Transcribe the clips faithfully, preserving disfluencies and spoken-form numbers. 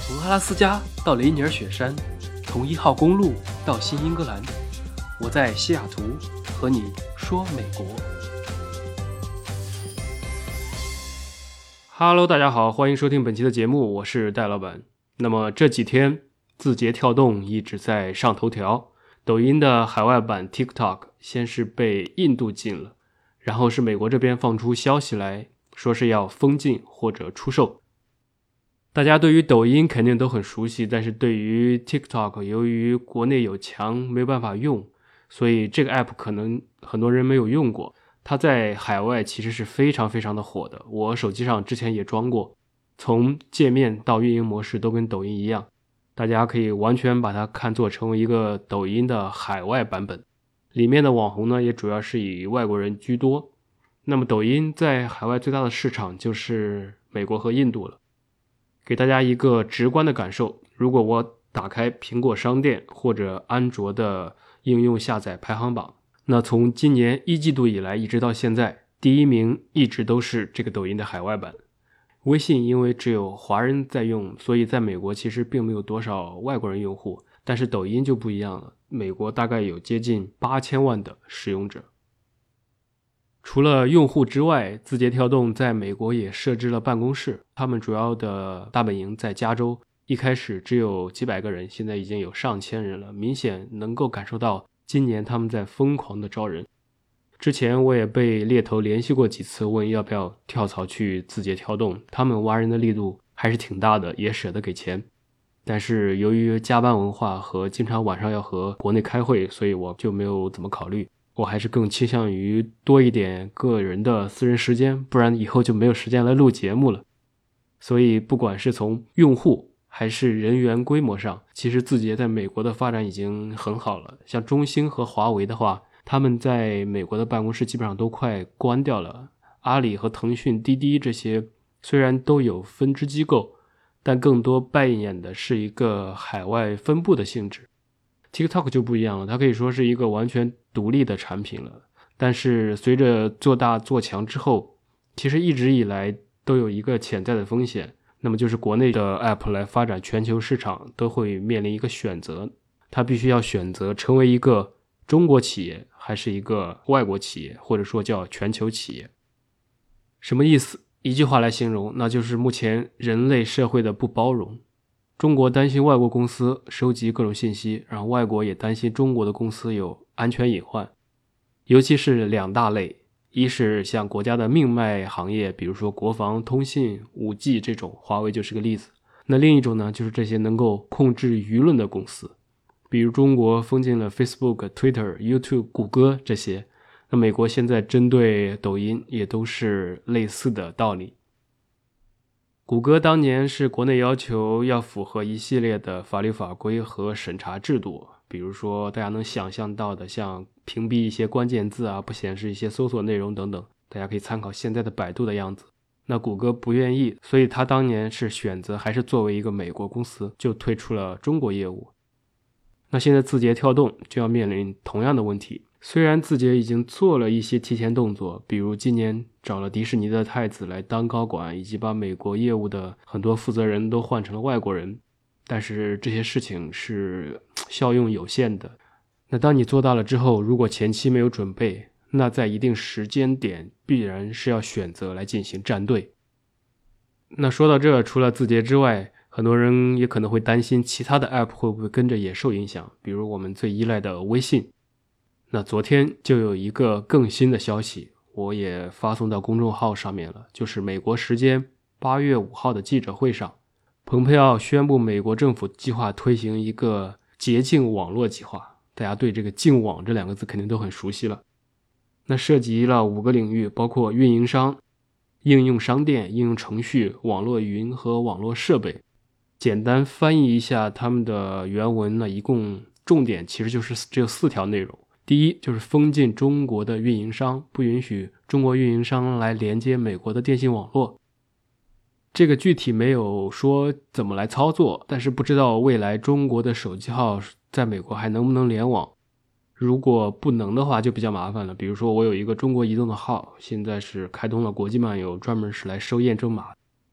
从阿拉斯加到雷尼尔雪山，从一号公路到新英格兰，我在西雅图和你说美国。Hello， 大家好，欢迎收听本期的节目，我是戴老板。那么这几天，字节跳动一直在上头条，抖音的海外版 TikTok 先是被印度禁了，然后是美国这边放出消息来说是要封禁或者出售。大家对于抖音肯定都很熟悉，但是对于 TikTok 由于国内有墙没有办法用，所以这个 app 可能很多人没有用过。它在海外其实是非常非常的火的，我手机上之前也装过，从界面到运营模式都跟抖音一样，大家可以完全把它看作成为一个抖音的海外版本。里面的网红呢也主要是以外国人居多。那么抖音在海外最大的市场就是美国和印度了。给大家一个直观的感受，如果我打开苹果商店或者安卓的应用下载排行榜，那从今年一季度以来一直到现在，第一名一直都是这个抖音的海外版。微信因为只有华人在用，所以在美国其实并没有多少外国人用户，但是抖音就不一样了，美国大概有接近八千万的使用者。除了用户之外，字节跳动在美国也设置了办公室，他们主要的大本营在加州，一开始只有几百个人，现在已经有上千人了，明显能够感受到今年他们在疯狂的招人。之前我也被猎头联系过几次，问要不要跳槽去字节跳动，他们挖人的力度还是挺大的，也舍得给钱。但是由于加班文化和经常晚上要和国内开会，所以我就没有怎么考虑。我还是更倾向于多一点个人的私人时间，不然以后就没有时间来录节目了。所以不管是从用户还是人员规模上，其实字节在美国的发展已经很好了。像中兴和华为的话，他们在美国的办公室基本上都快关掉了。阿里和腾讯、滴滴这些虽然都有分支机构，但更多扮演的是一个海外分部的性质。TikTok 就不一样了，它可以说是一个完全独立的产品了。但是随着做大做强之后，其实一直以来都有一个潜在的风险，那么就是国内的 App 来发展全球市场都会面临一个选择，它必须要选择成为一个中国企业还是一个外国企业，或者说叫全球企业。什么意思？一句话来形容，那就是目前人类社会的不包容。中国担心外国公司收集各种信息，然后外国也担心中国的公司有安全隐患。尤其是两大类，一是像国家的命脉行业，比如说国防、通信、五 G 这种，华为就是个例子。那另一种呢，就是这些能够控制舆论的公司，比如中国封禁了 Facebook、Twitter、YouTube、谷歌这些，那美国现在针对抖音也都是类似的道理。谷歌当年是国内要求要符合一系列的法律法规和审查制度，比如说大家能想象到的像屏蔽一些关键字啊，不显示一些搜索内容等等，大家可以参考现在的百度的样子。那谷歌不愿意，所以他当年是选择还是作为一个美国公司，就退出了中国业务。那现在字节跳动就要面临同样的问题，虽然字节已经做了一些提前动作，比如今年找了迪士尼的太子来当高管，以及把美国业务的很多负责人都换成了外国人，但是这些事情是效用有限的。那当你做到了之后，如果前期没有准备，那在一定时间点必然是要选择来进行站队。那说到这，除了字节之外，很多人也可能会担心其他的 App 会不会跟着也受影响，比如我们最依赖的微信。那昨天就有一个更新的消息，我也发送到公众号上面了，就是美国时间八月五号的记者会上，蓬佩奥宣布美国政府计划推行一个洁净网络计划。大家对这个净网这两个字肯定都很熟悉了。那涉及了五个领域，包括运营商、应用商店、应用程序、网络云和网络设备。简单翻译一下他们的原文呢，一共重点其实就是只有四条内容。第一，就是封禁中国的运营商，不允许中国运营商来连接美国的电信网络。这个具体没有说怎么来操作，但是不知道未来中国的手机号在美国还能不能联网。如果不能的话就比较麻烦了，比如说我有一个中国移动的号，现在是开通了国际漫游，专门是来收验证码，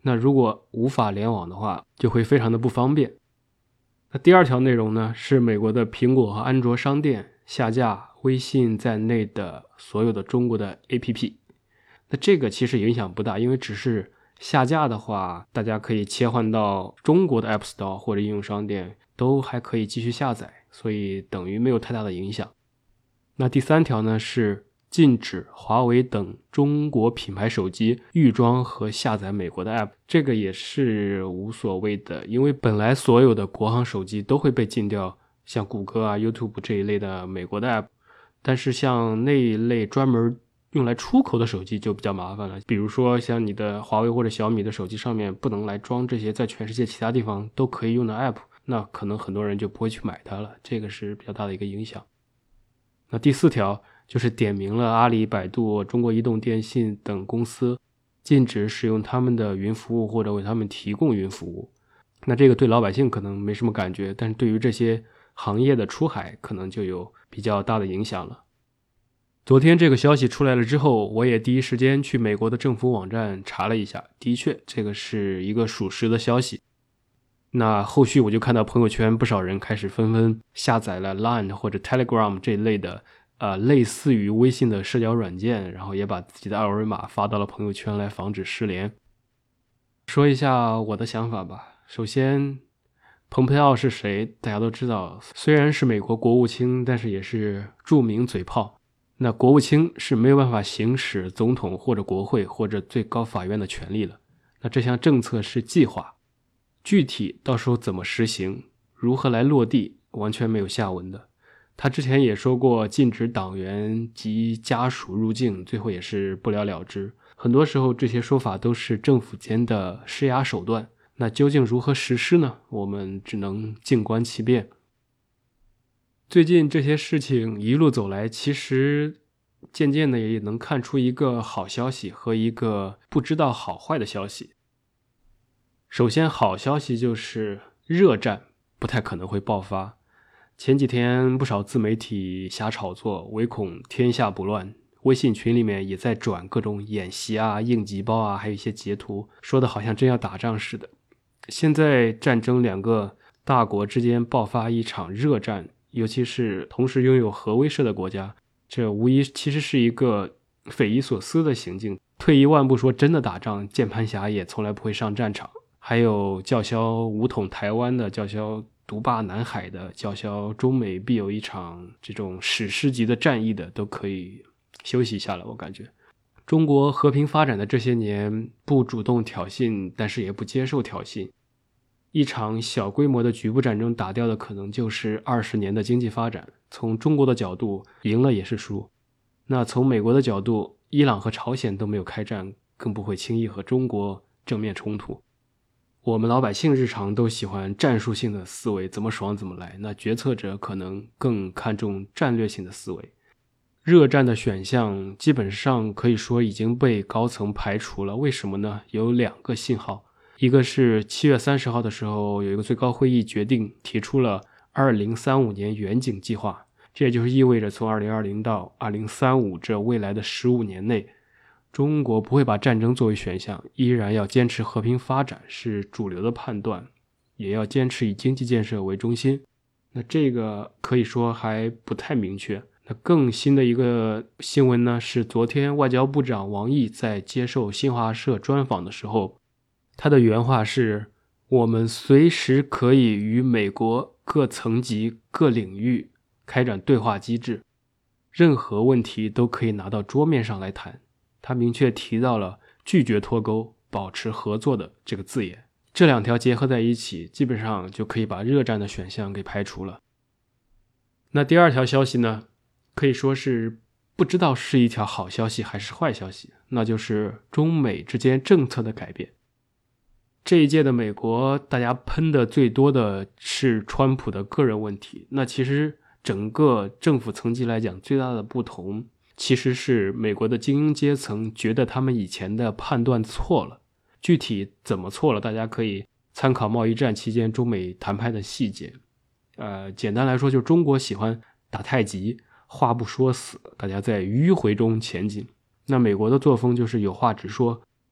那如果无法联网的话，就会非常的不方便。那第二条内容呢，是美国的苹果和安卓商店下架微信在内的所有的中国的 A P P。 那这个其实影响不大，因为只是下架的话，大家可以切换到中国的 App Store 或者应用商店，都还可以继续下载，所以等于没有太大的影响。那第三条呢，是禁止华为等中国品牌手机预装和下载美国的 App。 这个也是无所谓的，因为本来所有的国行手机都会被禁掉像谷歌啊 YouTube 这一类的美国的 App， 但是像那一类专门用来出口的手机就比较麻烦了，比如说像你的华为或者小米的手机上面不能来装这些在全世界其他地方都可以用的 App， 那可能很多人就不会去买它了，这个是比较大的一个影响。那第四条就是点名了阿里、百度、中国移动、电信等公司，禁止使用他们的云服务或者为他们提供云服务。那这个对老百姓可能没什么感觉，但是对于这些行业的出海可能就有比较大的影响了。昨天这个消息出来了之后，我也第一时间去美国的政府网站查了一下，的确这个是一个属实的消息。那后续我就看到朋友圈不少人开始纷纷下载了 Line 或者 Telegram 这一类的呃，类似于微信的社交软件，然后也把自己的二维码发到了朋友圈来防止失联。说一下我的想法吧。首先，蓬佩奥是谁大家都知道，虽然是美国国务卿，但是也是著名嘴炮。那国务卿是没有办法行使总统或者国会或者最高法院的权利了。那这项政策是计划，具体到时候怎么实行，如何来落地，完全没有下文的。他之前也说过禁止党员及家属入境，最后也是不了了之。很多时候这些说法都是政府间的施压手段，那究竟如何实施呢？我们只能静观其变。最近这些事情一路走来，其实渐渐的也能看出一个好消息和一个不知道好坏的消息。首先好消息就是热战不太可能会爆发。前几天不少自媒体瞎炒作，唯恐天下不乱，微信群里面也在转各种演习啊、应急包啊，还有一些截图，说的好像真要打仗似的。现在战争两个大国之间爆发一场热战，尤其是同时拥有核威慑的国家，这无疑其实是一个匪夷所思的行径。退一万步说，真的打仗，键盘侠也从来不会上战场。还有叫嚣武统台湾的，叫嚣独霸南海的，叫嚣中美必有一场这种史诗级的战役的，都可以休息一下了。我感觉中国和平发展的这些年，不主动挑衅，但是也不接受挑衅。一场小规模的局部战争打掉的可能就是二十年的经济发展。从中国的角度，赢了也是输。那从美国的角度，伊朗和朝鲜都没有开战，更不会轻易和中国正面冲突。我们老百姓日常都喜欢战术性的思维，怎么爽怎么来，那决策者可能更看重战略性的思维。热战的选项基本上可以说已经被高层排除了。为什么呢？有两个信号。一个是七月三十号的时候，有一个最高会议决定提出了二零三五年远景计划，这也就是意味着从二零二零到二零三五这未来的十五年内，中国不会把战争作为选项，依然要坚持和平发展是主流的判断，也要坚持以经济建设为中心。那这个可以说还不太明确。那更新的一个新闻呢，是昨天外交部长王毅在接受新华社专访的时候，他的原话是：我们随时可以与美国各层级各领域开展对话机制，任何问题都可以拿到桌面上来谈。他明确提到了拒绝脱钩、保持合作的这个字眼。这两条结合在一起，基本上就可以把热战的选项给排除了。那第二条消息呢，可以说是不知道是一条好消息还是坏消息，那就是中美之间政策的改变。这一届的美国，大家喷的最多的是川普的个人问题。那其实整个政府层级来讲，最大的不同其实是美国的精英阶层觉得他们以前的判断错了。具体怎么错了，大家可以参考贸易战期间中美谈判的细节。呃，简单来说，就是中国喜欢打太极，话不说死，大家在迂回中前进。那美国的作风就是有话直说，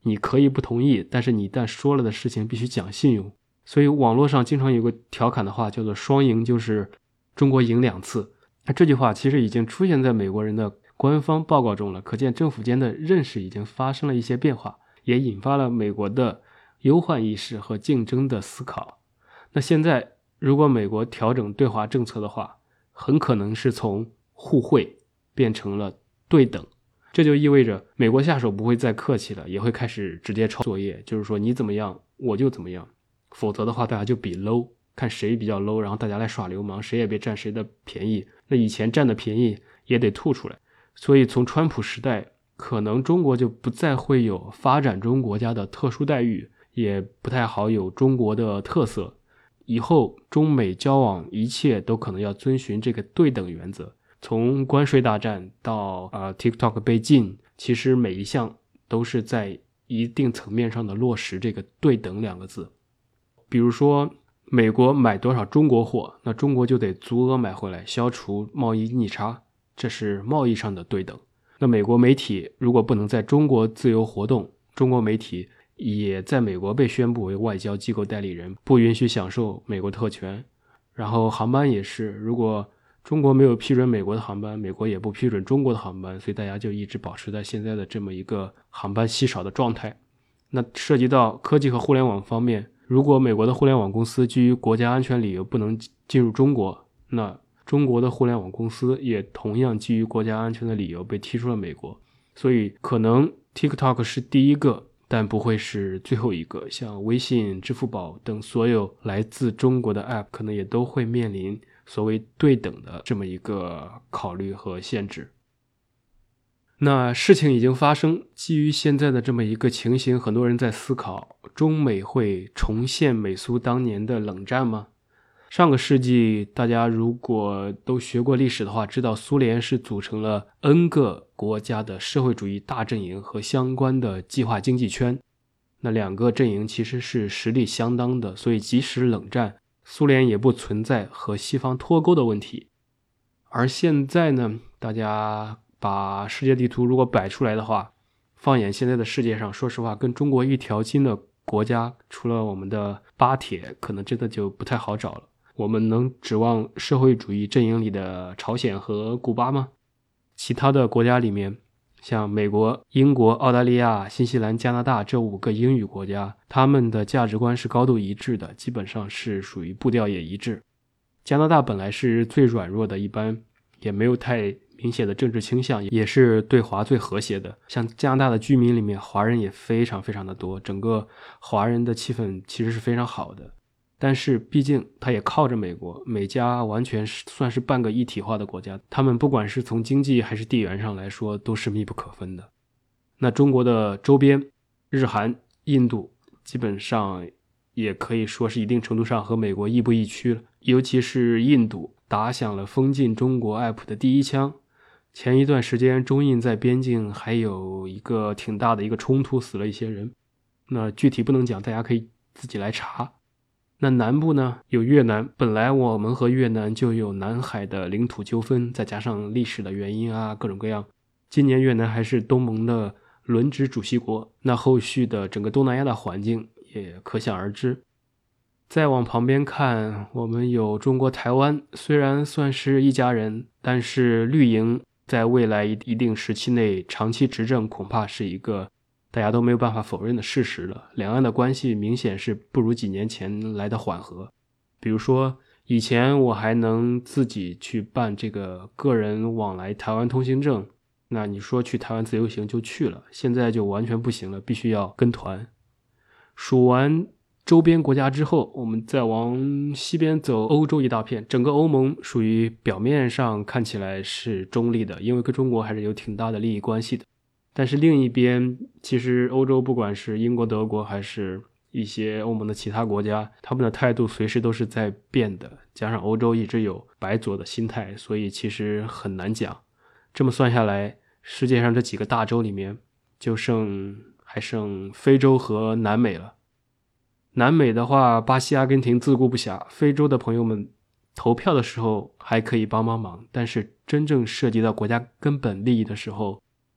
你可以不同意，但是你一旦说了的事情必须讲信用。所以网络上经常有个调侃的话叫做双赢，就是中国赢两次。这句话其实已经出现在美国人的官方报告中了，可见政府间的认识已经发生了一些变化，也引发了美国的忧患意识和竞争的思考。那现在如果美国调整对华政策的话，很可能是从互惠变成了对等，这就意味着美国下手不会再客气了，也会开始直接抄作业，就是说你怎么样我就怎么样，否则的话大家就比 low， 看谁比较 low， 然后大家来耍流氓，谁也别占谁的便宜，那以前占的便宜也得吐出来。所以从川普时代，可能中国就不再会有发展中国家的特殊待遇，也不太好有中国的特色，以后中美交往一切都可能要遵循这个对等原则。从关税大战到、呃、TikTok 被禁，其实每一项都是在一定层面上的落实这个对等两个字。比如说美国买多少中国货，那中国就得足额买回来，消除贸易逆差，这是贸易上的对等。那美国媒体如果不能在中国自由活动，中国媒体也在美国被宣布为外交机构代理人，不允许享受美国特权。然后航班也是，如果中国没有批准美国的航班，美国也不批准中国的航班，所以大家就一直保持在现在的这么一个航班稀少的状态。那涉及到科技和互联网方面，如果美国的互联网公司基于国家安全理由不能进入中国，那中国的互联网公司也同样基于国家安全的理由被踢出了美国。所以可能 TikTok 是第一个，但不会是最后一个，像微信、支付宝等所有来自中国的 App 可能也都会面临所谓对等的这么一个考虑和限制。那事情已经发生，基于现在的这么一个情形，很多人在思考，中美会重现美苏当年的冷战吗？上个世纪大家如果都学过历史的话，知道苏联是组成了 N 个国家的社会主义大阵营和相关的计划经济圈，那两个阵营其实是实力相当的，所以即使冷战，苏联也不存在和西方脱钩的问题。而现在呢，大家把世界地图如果摆出来的话，放眼现在的世界上，说实话跟中国一条心的国家，除了我们的巴铁，可能真的就不太好找了。我们能指望社会主义阵营里的朝鲜和古巴吗？其他的国家里面，像美国、英国、澳大利亚、新西兰、加拿大这五个英语国家，他们的价值观是高度一致的，基本上是属于步调也一致。加拿大本来是最软弱的，一般也没有太明显的政治倾向，也是对华最和谐的。像加拿大的居民里面，华人也非常非常的多，整个华人的气氛其实是非常好的。但是毕竟它也靠着美国，美加完全是算是半个一体化的国家，他们不管是从经济还是地缘上来说都是密不可分的。那中国的周边，日韩、印度基本上也可以说是一定程度上和美国亦步亦趋了，尤其是印度打响了封禁中国 App 的第一枪。前一段时间中印在边境还有一个挺大的一个冲突，死了一些人，那具体不能讲，大家可以自己来查。那南部呢，有越南，本来我们和越南就有南海的领土纠纷，再加上历史的原因啊，各种各样，今年越南还是东盟的轮值主席国，那后续的整个东南亚的环境也可想而知。再往旁边看，我们有中国台湾，虽然算是一家人，但是绿营在未来一定时期内长期执政，恐怕是一个大家都没有办法否认的事实了。两岸的关系明显是不如几年前来的缓和。比如说以前我还能自己去办这个个人往来台湾通行证，那你说去台湾自由行就去了，现在就完全不行了，必须要跟团。数完周边国家之后，我们再往西边走，欧洲一大片，整个欧盟属于表面上看起来是中立的，因为跟中国还是有挺大的利益关系的。但是另一边，其实欧洲不管是英国、德国还是一些欧盟的其他国家，他们的态度随时都是在变的，加上欧洲一直有白左的心态，所以其实很难讲。这么算下来，世界上这几个大洲里面就剩还剩非洲和南美了。南美的话，巴西、阿根廷自顾不暇，非洲的朋友们投票的时候还可以帮帮忙，但是真正涉及到国家根本利益的时候，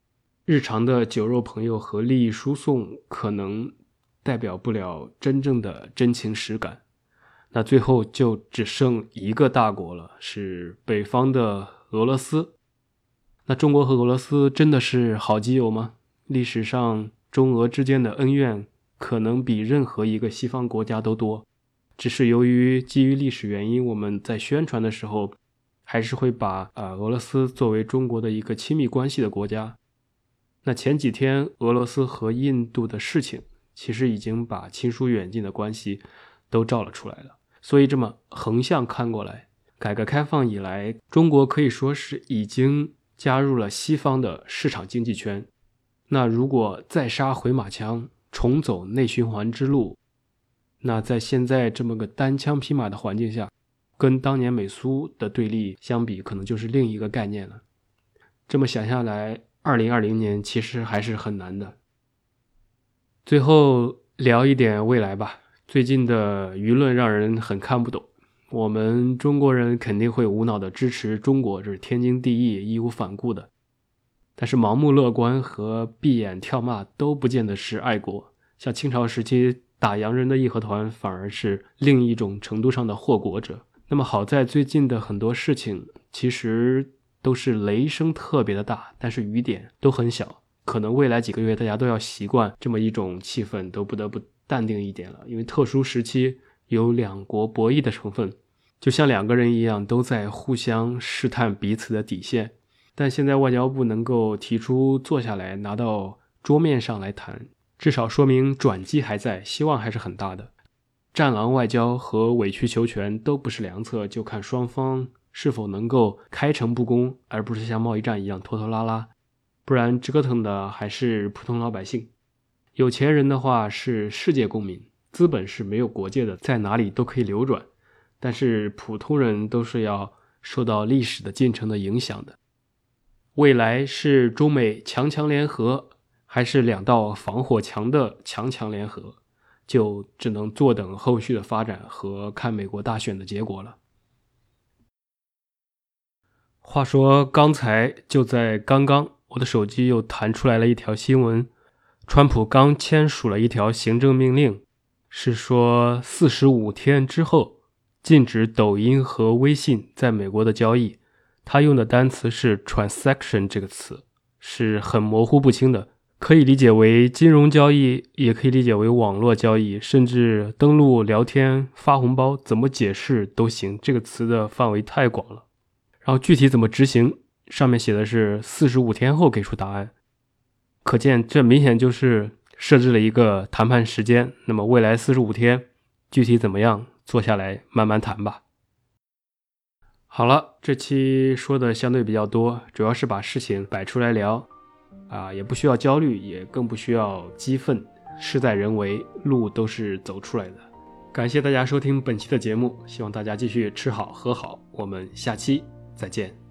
日常的酒肉朋友和利益输送可能代表不了真正的真情实感。那最后就只剩一个大国了，是北方的俄罗斯。那中国和俄罗斯真的是好基友吗？历史上中俄之间的恩怨可能比任何一个西方国家都多，只是由于基于历史原因，我们在宣传的时候还是会把、呃、俄罗斯作为中国的一个亲密关系的国家。那前几天俄罗斯和印度的事情其实已经把亲疏远近的关系都照了出来了。所以这么横向看过来，改革开放以来，中国可以说是已经加入了西方的市场经济圈。那如果再杀回马枪，重走内循环之路，那在现在这么个单枪匹马的环境下，跟当年美苏的对立相比，可能就是另一个概念了。这么想下来，二零二零年其实还是很难的。最后聊一点未来吧。最近的舆论让人很看不懂，我们中国人肯定会无脑的支持中国，这是天经地义，义无反顾的。但是盲目乐观和闭眼跳骂都不见得是爱国，像清朝时期打洋人的义和团反而是另一种程度上的祸国者。那么好在最近的很多事情其实都是雷声特别的大，但是雨点都很小，可能未来几个月大家都要习惯这么一种气氛，都不得不淡定一点了。因为特殊时期有两国博弈的成分，就像两个人一样，都在互相试探彼此的底线。但现在外交部能够提出坐下来拿到桌面上来谈，至少说明转机还在，希望还是很大的。战狼外交和委曲求全都不是良策，就看双方是否能够开诚布公，而不是像贸易战一样拖拖拉拉，不然折腾的还是普通老百姓。有钱人的话是世界公民，资本是没有国界的，在哪里都可以流转，但是普通人都是要受到历史的进程的影响的。未来是中美强强联合，还是两道防火墙的强强联合，就只能坐等后续的发展和看美国大选的结果了。话说刚才就在刚刚，我的手机又弹出来了一条新闻，川普刚签署了一条行政命令，是说四十五天之后禁止抖音和微信在美国的交易。他用的单词是 transaction 这个词，是很模糊不清的，可以理解为金融交易，也可以理解为网络交易，甚至登录聊天发红包，怎么解释都行，这个词的范围太广了。然后具体怎么执行，上面写的是四十五天后给出答案，可见这明显就是设置了一个谈判时间。那么未来四十五天具体怎么样，坐下来慢慢谈吧。好了，这期说的相对比较多，主要是把事情摆出来聊啊，也不需要焦虑，也更不需要激愤，事在人为，路都是走出来的。感谢大家收听本期的节目，希望大家继续吃好喝好，我们下期再见。